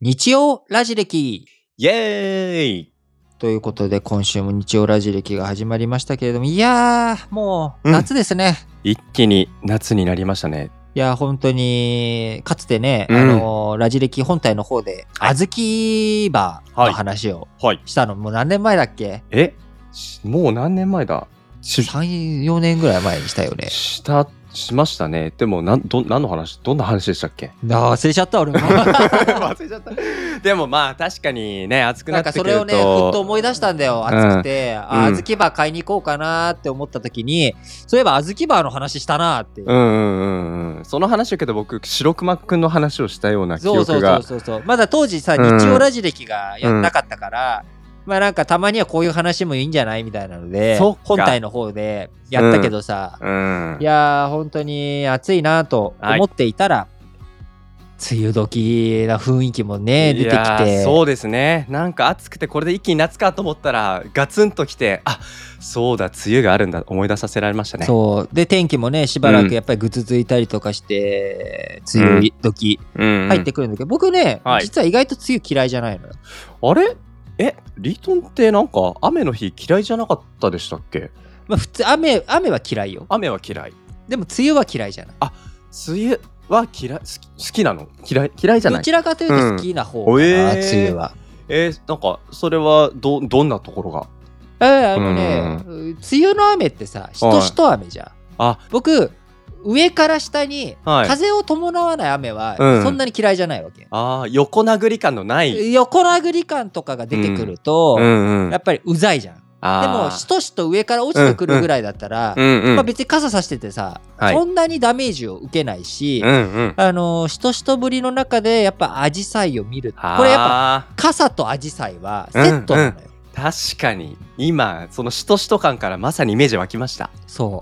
日曜ラジ歴イエーイということで、今週も日曜ラジ歴が始まりましたけれども、いやーもう夏ですね、 一気に夏になりましたね。 いや本当にかつてね、ラジ歴本体の方で小豆バーの話をしたの、もう何年前だっけ？ もう何年前だ ？3、4年ぐらい前にしたよね。 しましたね。でも何の話、どんな話でしたっけ？ 忘れちゃった俺も忘れちゃったでもまあ確かにね、暑くなってくるとなんかそれをねふっと思い出したんだよ。暑くて、小豆バー買いに行こうかなって思った時に、そういえば小豆バーの話したなって。 その話をけど僕白熊くんの話をしたような記憶が。 そうまだ当時さ、日曜ラジ歴がやんなかったから、まあなんかたまにはこういう話もいいんじゃないみたいなので本体の方でやったけどさ、いやー本当に暑いなと思っていたら、梅雨時な雰囲気もね出てきて、 そうですね。なんか暑くてこれで一気に夏かと思ったらガツンときて、あ、そうだ梅雨があるんだ、思い出させられましたね。 そうで天気もねしばらくやっぱりぐずついたりとかして、梅雨時入ってくるんだけど、僕ね、実は意外と梅雨嫌いじゃないのよ。 あれリートンってなんか雨の日嫌いじゃなかったでしたっけ？ まあ普通雨は嫌いよ。 雨は嫌い。でも梅雨は嫌いじゃない。 梅雨は嫌い、好きなの？嫌いじゃない？ どちらかというと好きな方かな、梅雨は。 なんかそれはどんなところが？ 梅雨の雨ってさ、しとしと雨じゃん。僕上から下に風を伴わない雨はそんなに嫌いじゃないわけ。 横殴り感のない。 横殴り感とかが出てくると、やっぱりうざいじゃん。でもしとしと上から落ちてくるぐらいだったら、まあ別に傘さしててさ、そんなにダメージを受けないし、しとしとぶりの中でやっぱアジサイを見る。これやっぱ傘とアジサイはセットなのよ。 確かに今そのしとしと感からまさにイメージ湧きました。 そう、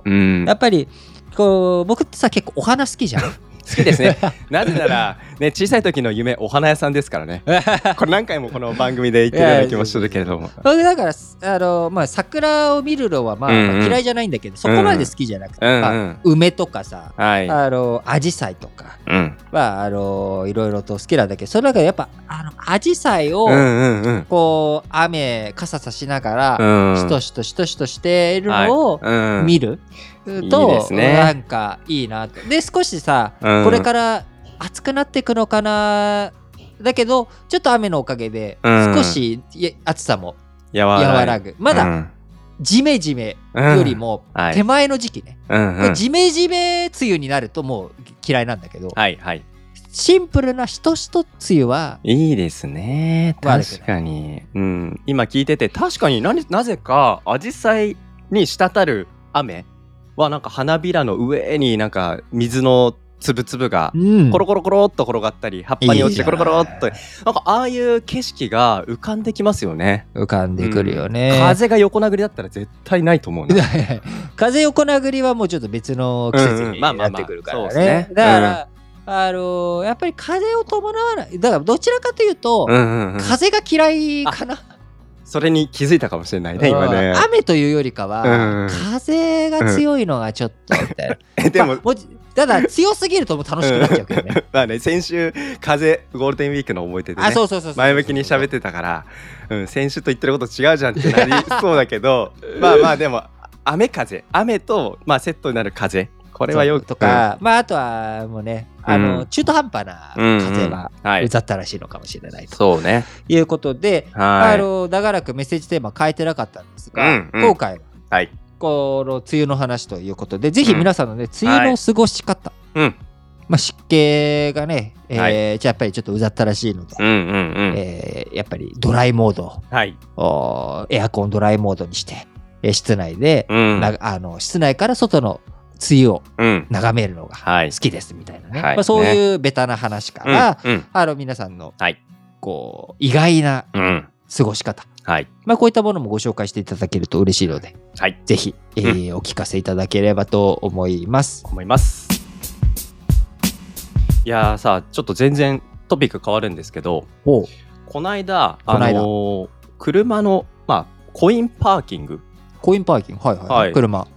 やっぱりこう僕ってさ結構お花好きじゃん。 好きですね。なぜなら、ね、小さい時の夢お花屋さんですからね。これ何回もこの番組で言ってるような気もするけれども。 僕だからまあ、桜を見るのはまあ嫌いじゃないんだけど、そこまで好きじゃなくて、梅とかさ、アジサイとかはいろいろと好きなんだけど、その中でやっぱアジサイをこう傘さしながらしとしとしとしとしているのを見るとなんかいいなと。で少しさ、これから暑くなっていくのかな、だけどちょっと雨のおかげで少し暑さも和らぐ。まだジメジメよりも手前の時期ね、ジメジメ梅雨になるともう嫌いなんだけど、シンプルなしとしと梅雨はいいですね。確かに、今聞いてて確かになぜかアジサイに滴る雨はなんか花びらの上になんか水のつぶつぶがコロコロコロっと転がったり、葉っぱに落ちてコロコロっと、なんかああいう景色が浮かんできますよね。 浮かんでくるよね。 風が横殴りだったら絶対ないと思うな。 風横殴りはもうちょっと別の季節になってくるからね。だからやっぱり風を伴わない、だからどちらかというと風が嫌いかな。 それに気づいたかもしれないね今ね。 雨というよりかは風が強いのがちょっとみたいな。でもただ強すぎるともう楽しくなっちゃうけどね。 まあね、先週ゴールデンウィークの思い出でね、前向きに喋ってたから、先週と言ってること違うじゃんってなりそうだけどまあでも雨とセットになる風、これはよくとか、あとはもうね中途半端な風はうざったらしいのかもしれないということで、長らくメッセージテーマ変えてなかったんですが、今回はこの梅雨の話ということで、ぜひ皆さんのね梅雨の過ごし方、湿気がねやっぱりちょっとうざったらしいので、やっぱりドライモード、エアコンドライモードにして室内で室内から外の梅雨を眺めるのが好きですみたいなね、そういうベタな話から皆さんのこう意外な過ごし方、こういったものもご紹介していただけると嬉しいので、ぜひお聞かせいただければと思います。 いやさ、ちょっと全然トピック変わるんですけど、この間車のコインパーキング、 車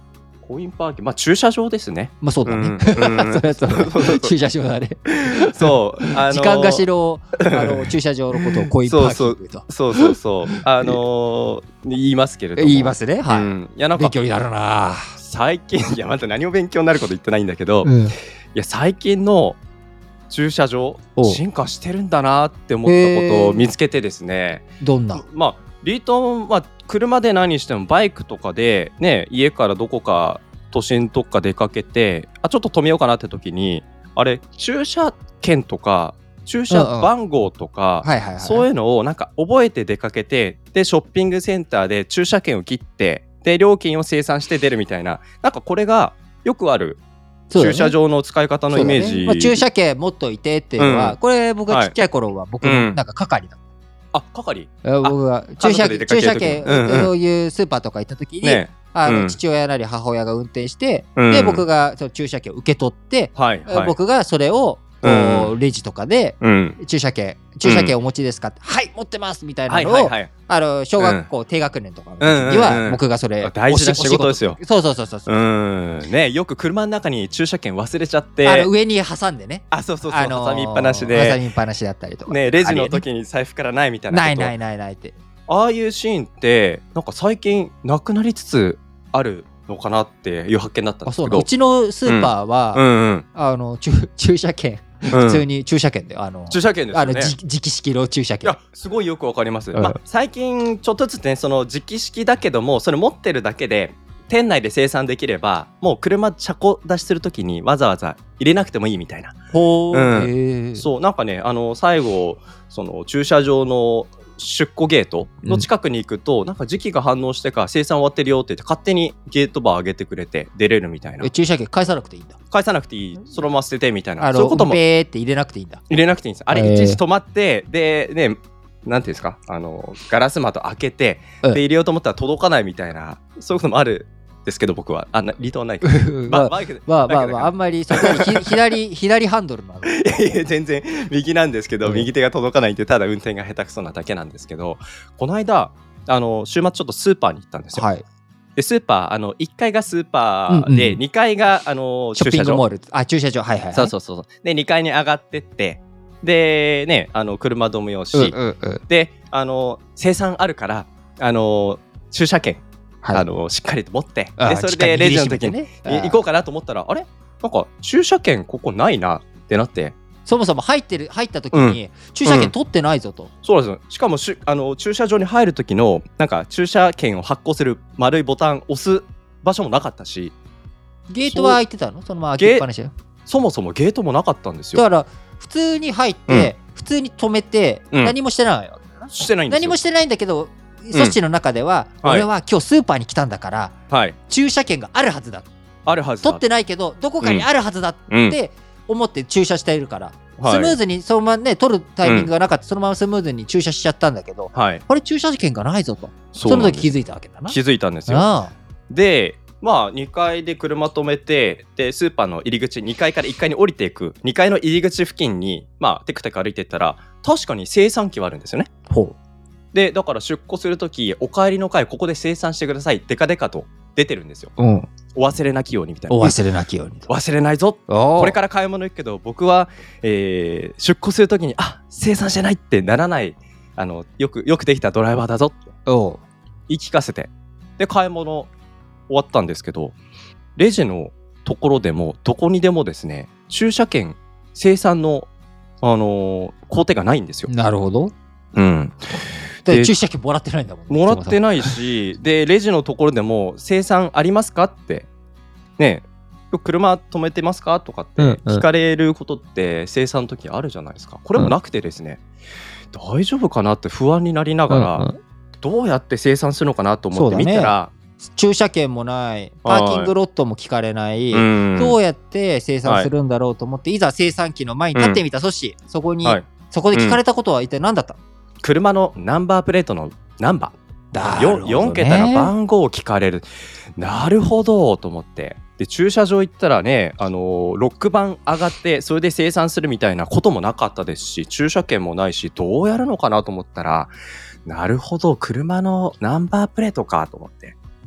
コインパーキング、まあ駐車場ですね。 まあそうだね。それはそう駐車場だね。 そう、 時間貸しの駐車場のことをコインパーキングと。 そう言いますけれども。 言いますね。はい。いやなんか勉強になるな。 最近いやまだ何も勉強になること言ってないんだけど、いや最近の駐車場進化してるんだなって思ったことを見つけてですね。 どんな？ まあリートンは車で何してもバイクとかでね、家からどこか都心とか出かけてちょっと止めようかなって時にあれ駐車券とか駐車番号とかそういうのをなんか覚えて出かけて、でショッピングセンターで駐車券を切ってで料金を精算して出るみたいな、なんかこれがよくある駐車場の使い方のイメージ、 まあ、駐車券持っといてっていうのは、これ僕がちっちゃい頃は僕のなんか係だった。 係僕が駐車券そういうスーパーとか行った時に、父親なり母親が運転して、で僕がその駐車券を受け取って、僕がそれをレジとかで、駐車券お持ちですかって、はい持ってますみたいなのを、小学校低学年とかの時には僕がそれ大事な仕事ですよ。 そうね、よく車の中に駐車券忘れちゃって上に挟んでね、 そう挟みっぱなしで挟みっぱなしだったりとかね、レジの時に財布からないみたいなこと、 ないってああいうシーンってなんか最近なくなりつつあるのかなっていう発見だったんですけど、 うちのスーパーは駐車券普通に駐車券で駐車券ですよね。 磁気式の駐車券。 すごいよくわかります。最近ちょっとずつね、その磁気式だけどもそれ持ってるだけで店内で生産できればもう車車庫出しするときにわざわざ入れなくてもいいみたいな。そうなんかね最後その駐車場の出庫ゲートの近くに行くと、なんか磁気が反応してから生産終わってるよって言って勝手にゲートバー上げてくれて出れるみたいな。 駐車券返さなくていいんだ。 返さなくていい、そのまま捨ててみたいな。そういうこともペーって入れなくていいんだ。 入れなくていいんです。あれいちいち止まってでね、なんていうんですか、ガラス窓開けてで入れようと思ったら届かないみたいな、そういうこともあるですけど、僕はリートはないバイクであんまりそこに左ハンドルなのいや全然右なんですけど、右手が届かないんでただ運転が下手くそなだけなんですけど、この間週末ちょっとスーパーに行ったんですよ。でスーパー1階がスーパーで、2階がショッピングモール、駐車場、 そうで2階に上がってってでね車止めをし、で生産あるから駐車券しっかりと持って、でそれでレジの時に行こうかなと思ったら、あれなんか駐車券ここないなってなって、 そもそも入った時に駐車券取ってないぞと。 そうです。しかも駐車場に入る時のなんか駐車券を発行する丸いボタン押す場所もなかったし、 ゲートは開いてたの？そのまま開きっぱなし？ そもそもゲートもなかったんですよ。 だから普通に入って普通に止めて何もしてないわけだな。 してないんですよ。 何もしてないんだけど、組織の中では、俺は今日スーパーに来たんだから、駐車券があるはずだ、取ってないけどどこかにあるはずだって思って駐車しているから、スムーズにそのままね取るタイミングがなかった、そのままスムーズに駐車しちゃったんだけど、あれ駐車券がないぞと、その時気づいたわけだな。 気づいたんですよ。で2階で車止めて、でスーパーの入り口2階から1階に降りていく2階の入り口付近にテクテク歩いていったら、確かに生産機はあるんですよね。でだから出庫するとき、お帰りの会ここで生産してください、デカデカと出てるんですよ。お忘れなきようにみたいな。 お忘れなきように。 忘れないぞ、これから買い物行くけど僕は、出庫するときに生産してないってならない、よくできたドライバーだぞって言い聞かせて、で買い物終わったんですけど、レジのところでもどこにでもですね、駐車券生産の、工程がないんですよ。 なるほど。駐車券もらってないんだもんね。 もらってないし、でレジのところでも生産ありますかってね、車止めてますかとかって聞かれることって生産の時あるじゃないですか。これもなくてですね、大丈夫かなって不安になりながら、どうやって生産するのかなと思って見たら、 駐車券もない、パーキングロットも聞かれない、どうやって生産するんだろうと思って、いざ生産機の前に立ってみた。そしてそこで聞かれたことは一体何だった？ 車のナンバープレートのナンバー、4桁の番号を聞かれる。なるほどと思って、で駐車場行ったらね、ロック板上がってそれで生産するみたいなこともなかったですし、駐車券もないし、どうやるのかなと思ったら、なるほど車のナンバープレートかと思って、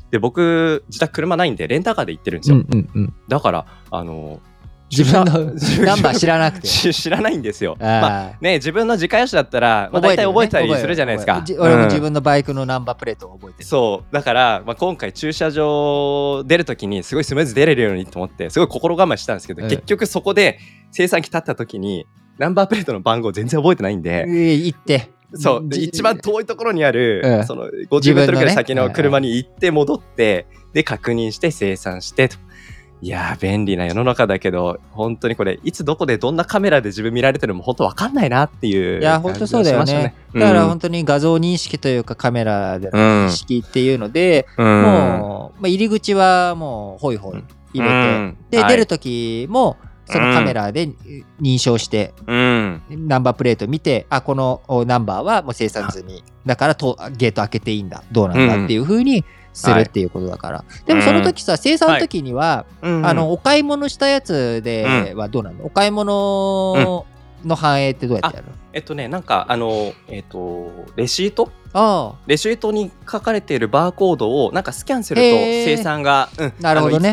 で、僕、自宅車ないんで、レンタカーで行ってるんですよ。だから、 自分のナンバー知らなくて知らないんですよ。まあね、自分の自家用車だったら、大体覚えたりするじゃないですか。 俺も自分のバイクのナンバープレートを覚えてる。 そうだから、今回駐車場出るときにすごいスムーズ出れるようにと思ってすごい心構えしたんですけど、結局そこで精算機立ったときにナンバープレートの番号全然覚えてないんで、 行ってそう一番遠いところにある、その50メートルぐらい先の車に行って戻って、で確認して精算してと。いやー、便利な世の中だけど、本当にこれいつどこでどんなカメラで自分見られてるのも本当わかんないなっていう、 いや本当そうだよね。だから本当に画像認識というかカメラでの認識っていうので、もう、入り口はもうホイホイ入れて、で、出る時もそのカメラで認証して、ナンバープレート見て、あ、このナンバーはもう生産済みだからゲート開けていいんだ、どうなんだっていう風にするっていうことだから。でもその時さ、生産の時には、お買い物したやつではどうなの？お買い物の反映ってどうやってやる？ なんかレシートに書かれているバーコードをなんかスキャンすると生産が、 なるほどね。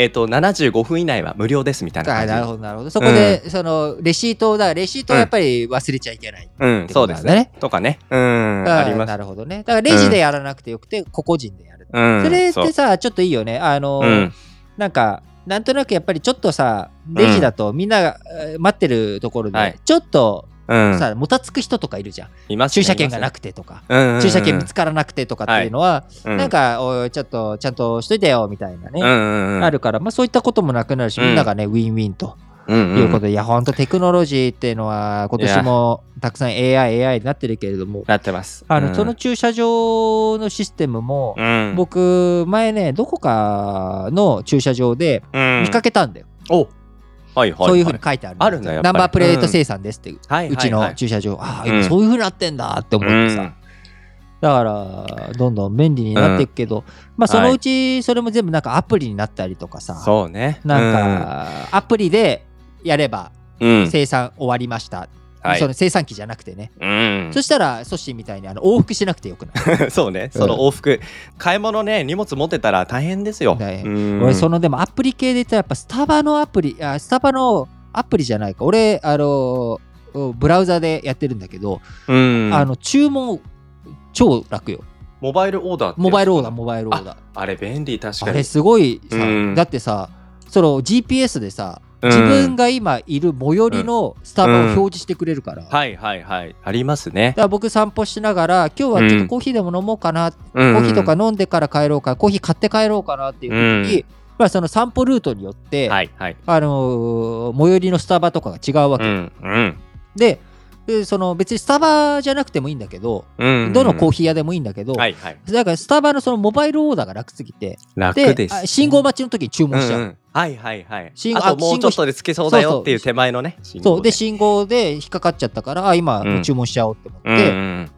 75分以内は無料ですみたいな感じ。 なるほどなるほど。そこでそのレシートをやっぱり忘れちゃいけないってことだね。 とかね。あります。 なるほどね。だからレジでやらなくてよくて個々人でやる。それってさ、ちょっといいよね。なんかなんとなくやっぱりちょっとさ、レジだとみんなが待ってるところでちょっとさ、もたつく人とかいるじゃん。駐車券がなくてとか、駐車券見つからなくてとかっていうのは、なんかおいちょっとちゃんとしといてよみたいなね、あるから、そういったこともなくなるし、みんながねウィンウィンということで、いや本当テクノロジーっていうのは今年もたくさん AI になってるけれども、 なってます。 その駐車場のシステムも、僕前ねどこかの駐車場で見かけたんだよ。そういうふうに書いてあるんだよ。ナンバープレート生産ですって、うちの駐車場、今そういうふうになってんだって思ってさ、だからどんどん便利になっていくけど、そのうちそれも全部なんかアプリになったりとかさ、 そうね、 なんかアプリでやれば生産終わりました、その生産機じゃなくてね、そしたらソッシーみたいに往復しなくてよくない？ そうね、その往復、買い物ね、荷物持ってたら大変ですよ。 俺そのでもアプリ系で言ったらやっぱスタバのアプリじゃないか、俺ブラウザでやってるんだけど、注文超楽よ。 モバイルオーダー。 モバイルオーダー。 あれ便利、確かに。 あれすごいさ、だってさ、その GPS でさ、自分が今いる最寄りのスタバを表示してくれるから、 ありますね。 だから僕散歩しながら今日はちょっとコーヒーでも飲もうかな、コーヒーとか飲んでから帰ろうか、コーヒー買って帰ろうかなっていう時に、その散歩ルートによって、最寄りのスタバとかが違うわけ、でその別にスタバじゃなくてもいいんだけど、どのコーヒー屋でもいいんだけど、だからスタバのそのモバイルオーダーが楽すぎて、信号待ちの時に注文しちゃう。あともうちょっとでつけそうだよっていう手前のね。 そうで信号で引っかかっちゃったから、今注文しちゃおうって思って、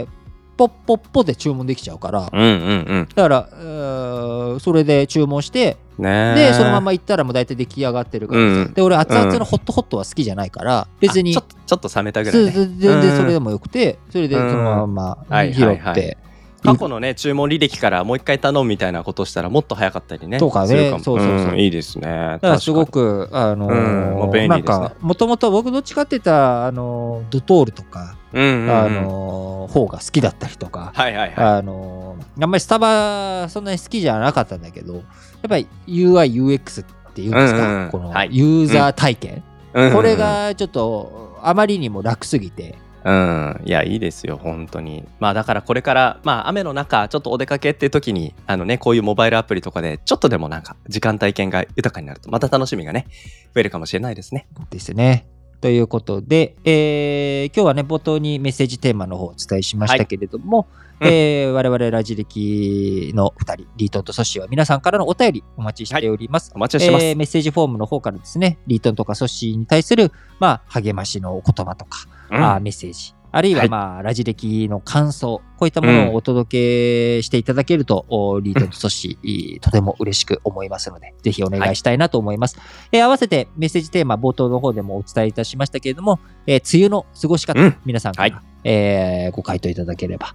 でポッポッポで注文できちゃうから、だからそれで注文してでそのまま行ったらもう大体出来上がってるからさ、で俺熱々のホットホットは好きじゃないから別にちょっと冷めたぐらいね、 全然それでもよくて、それでそのまま拾って過去のね注文履歴からもう一回頼むみたいなことしたらもっと早かったりねとかね、そういいですね。 だからすごくなんかもともと僕どっちかって言ったらドトールとか方が好きだったりとか、あんまりスタバそんなに好きじゃなかったんだけど、やっぱり UI/UX っていうんですか、このユーザー体験、これがちょっとあまりにも楽すぎて、 いやいいですよ本当に。だからこれから雨の中ちょっとお出かけっていう時にこういうモバイルアプリとかでちょっとでもなんか時間体験が豊かになるとまた楽しみがね増えるかもしれないですね。 ですね。ということで、今日はね冒頭にメッセージテーマの方をお伝えしましたけれども、我々ラジ歴の2人リートンとソッシーは皆さんからのお便りお待ちしております。 お待ちしてます。 メッセージフォームの方からですね、リートンとかソッシーに対する励ましのお言葉とか、メッセージ、あるいはラジ歴の感想、こういったものをお届けしていただけると、リートンとソッシーとても嬉しく思いますので、ぜひお願いしたいなと思います。合わせてメッセージテーマ冒頭の方でもお伝えいたしましたけれども、梅雨の過ごし方、皆さんから、ご回答いただければ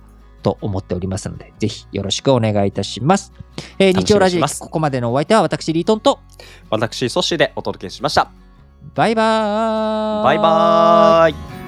と思っておりますので、ぜひよろしくお願いいたします。日曜ラジオここまでのお相手は私リートンと私ソッシーでお届けしました。 バイバーイ。 バイバーイ。